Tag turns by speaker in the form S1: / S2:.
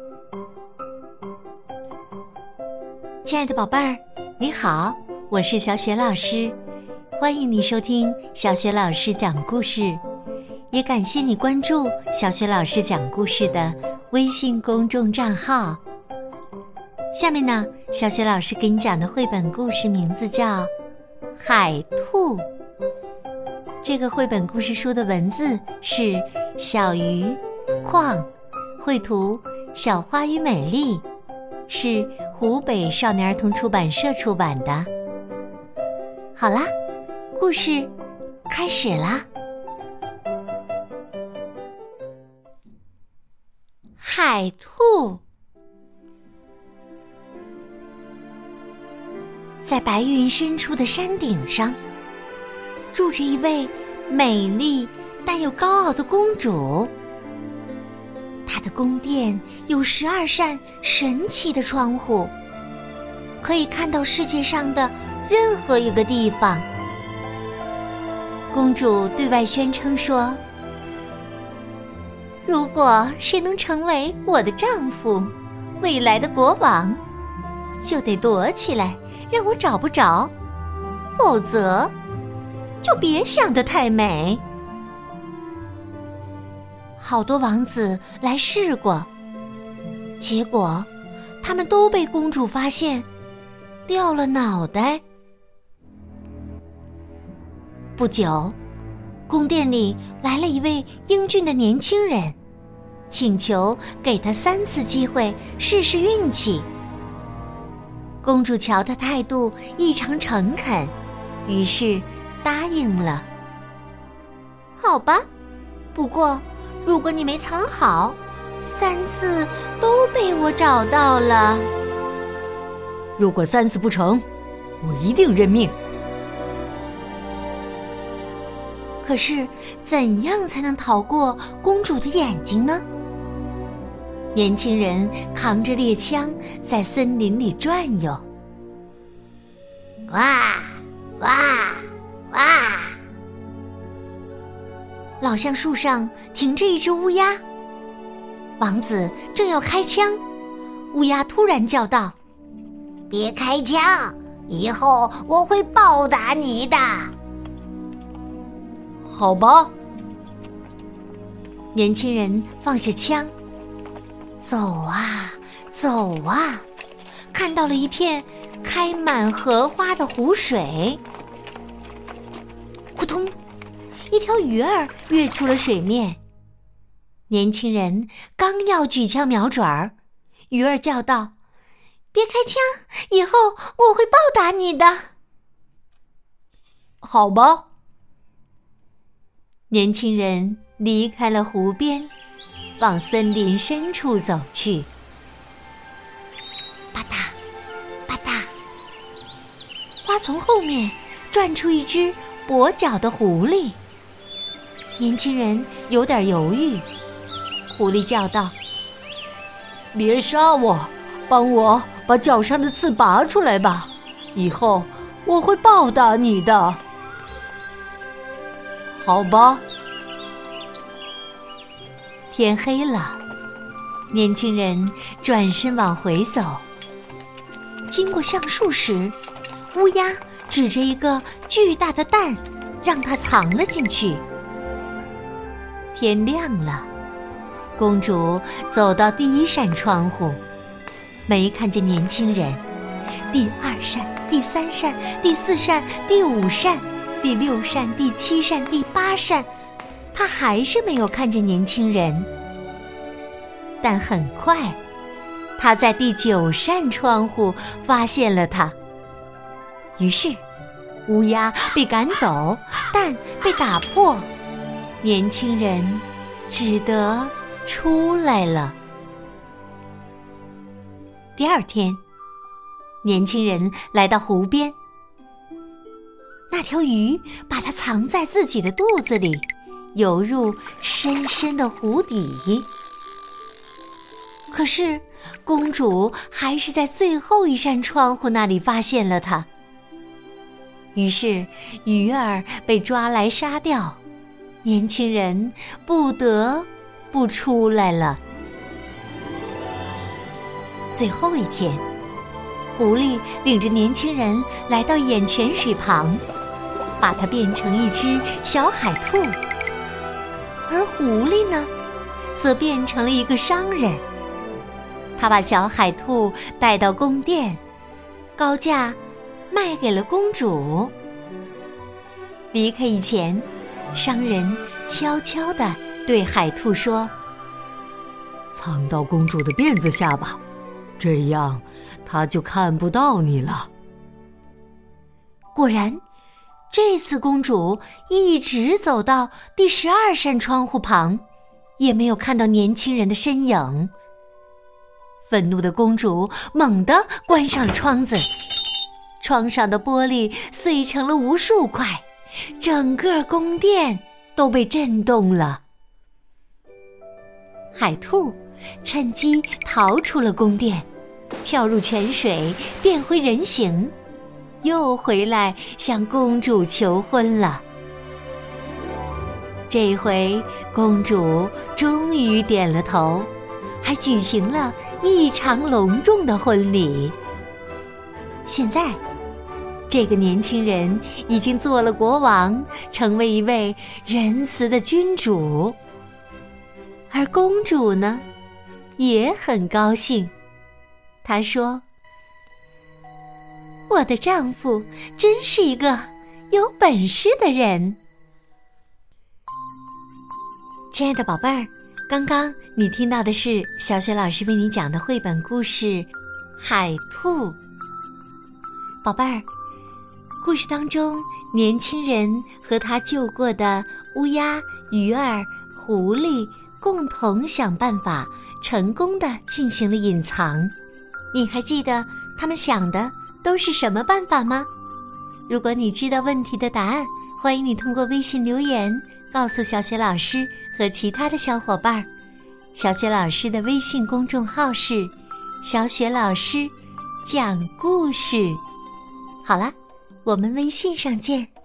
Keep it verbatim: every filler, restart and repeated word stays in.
S1: 亲爱的宝贝儿，你好，我是小雪老师，欢迎你收听小雪老师讲故事，也感谢你关注小雪老师讲故事的微信公众账号。下面呢，小雪老师给你讲的绘本故事名字叫《海兔》。这个绘本故事书的文字是小鱼矿，绘图小花与美丽，是湖北少年儿童出版社出版的。好啦，故事开始啦。海兔。在白云深处的山顶上，住着一位美丽但又高傲的公主。她的宫殿有十二扇神奇的窗户，可以看到世界上的任何一个地方。公主对外宣称说，如果谁能成为我的丈夫，未来的国王，就得躲起来让我找不着，否则就别想得太美。好多王子来试过，结果他们都被公主发现，掉了脑袋。不久，宫殿里来了一位英俊的年轻人，请求给他三次机会试试运气。公主瞧他态度异常诚恳，于是答应了。好吧，不过如果你没藏好，三次都被我找到了。
S2: 如果三次不成，我一定认命。
S1: 可是怎样才能逃过公主的眼睛呢？年轻人扛着猎枪在森林里转悠。呱呱呱！老橡树上停着一只乌鸦，王子正要开枪，乌鸦突然叫道：别开枪，以后我会报答你的。
S2: 好吧。
S1: 年轻人放下枪，走啊走啊，看到了一片开满荷花的湖水。扑通，一条鱼儿跃出了水面。年轻人刚要举枪瞄准儿，鱼儿叫道：别开枪，以后我会报答你的。
S2: 好吧。
S1: 年轻人离开了湖边，往森林深处走去。吧嗒吧嗒，花丛后面转出一只跛脚的狐狸。年轻人有点犹豫，狐狸叫道：
S2: 别杀我，帮我把脚上的刺拔出来吧，以后我会报答你的。好吧。
S1: 天黑了，年轻人转身往回走。经过橡树时，乌鸦指着一个巨大的蛋，让他藏了进去。天亮了，公主走到第一扇窗户，没看见年轻人。第二扇、第三扇、第四扇、第五扇、第六扇、第七扇、第八扇，她还是没有看见年轻人。但很快，她在第九扇窗户发现了他。于是乌鸦被赶走，蛋被打破，年轻人只得出来了。第二天，年轻人来到湖边，那条鱼把它藏在自己的肚子里，游入深深的湖底。可是公主还是在最后一扇窗户那里发现了它。于是鱼儿被抓来杀掉，年轻人不得不出来了。 最后一天，狐狸领着年轻人来到眼泉水旁，把它变成一只小海兔。而狐狸呢，则变成了一个商人。他把小海兔带到宫殿，高价卖给了公主。离开以前，商人悄悄地对海兔说：
S2: 藏到公主的辫子下吧，这样她就看不到你了。
S1: 果然，这次公主一直走到第十二扇窗户旁，也没有看到年轻人的身影。愤怒的公主猛地关上了窗子，窗上的玻璃碎成了无数块，整个宫殿都被震动了。海兔趁机逃出了宫殿，跳入泉水，变回人形，又回来向公主求婚了。这回公主终于点了头，还举行了异常隆重的婚礼。现在，这个年轻人已经做了国王，成为一位仁慈的君主。而公主呢，也很高兴。她说：我的丈夫真是一个有本事的人。亲爱的宝贝儿，刚刚你听到的是小雪老师为你讲的绘本故事《海兔》。宝贝儿，故事当中，年轻人和他救过的乌鸦、鱼儿、狐狸共同想办法，成功地进行了隐藏。你还记得他们想的都是什么办法吗？如果你知道问题的答案，欢迎你通过微信留言告诉小雪老师和其他的小伙伴。小雪老师的微信公众号是小雪老师讲故事。好了，我们微信上见。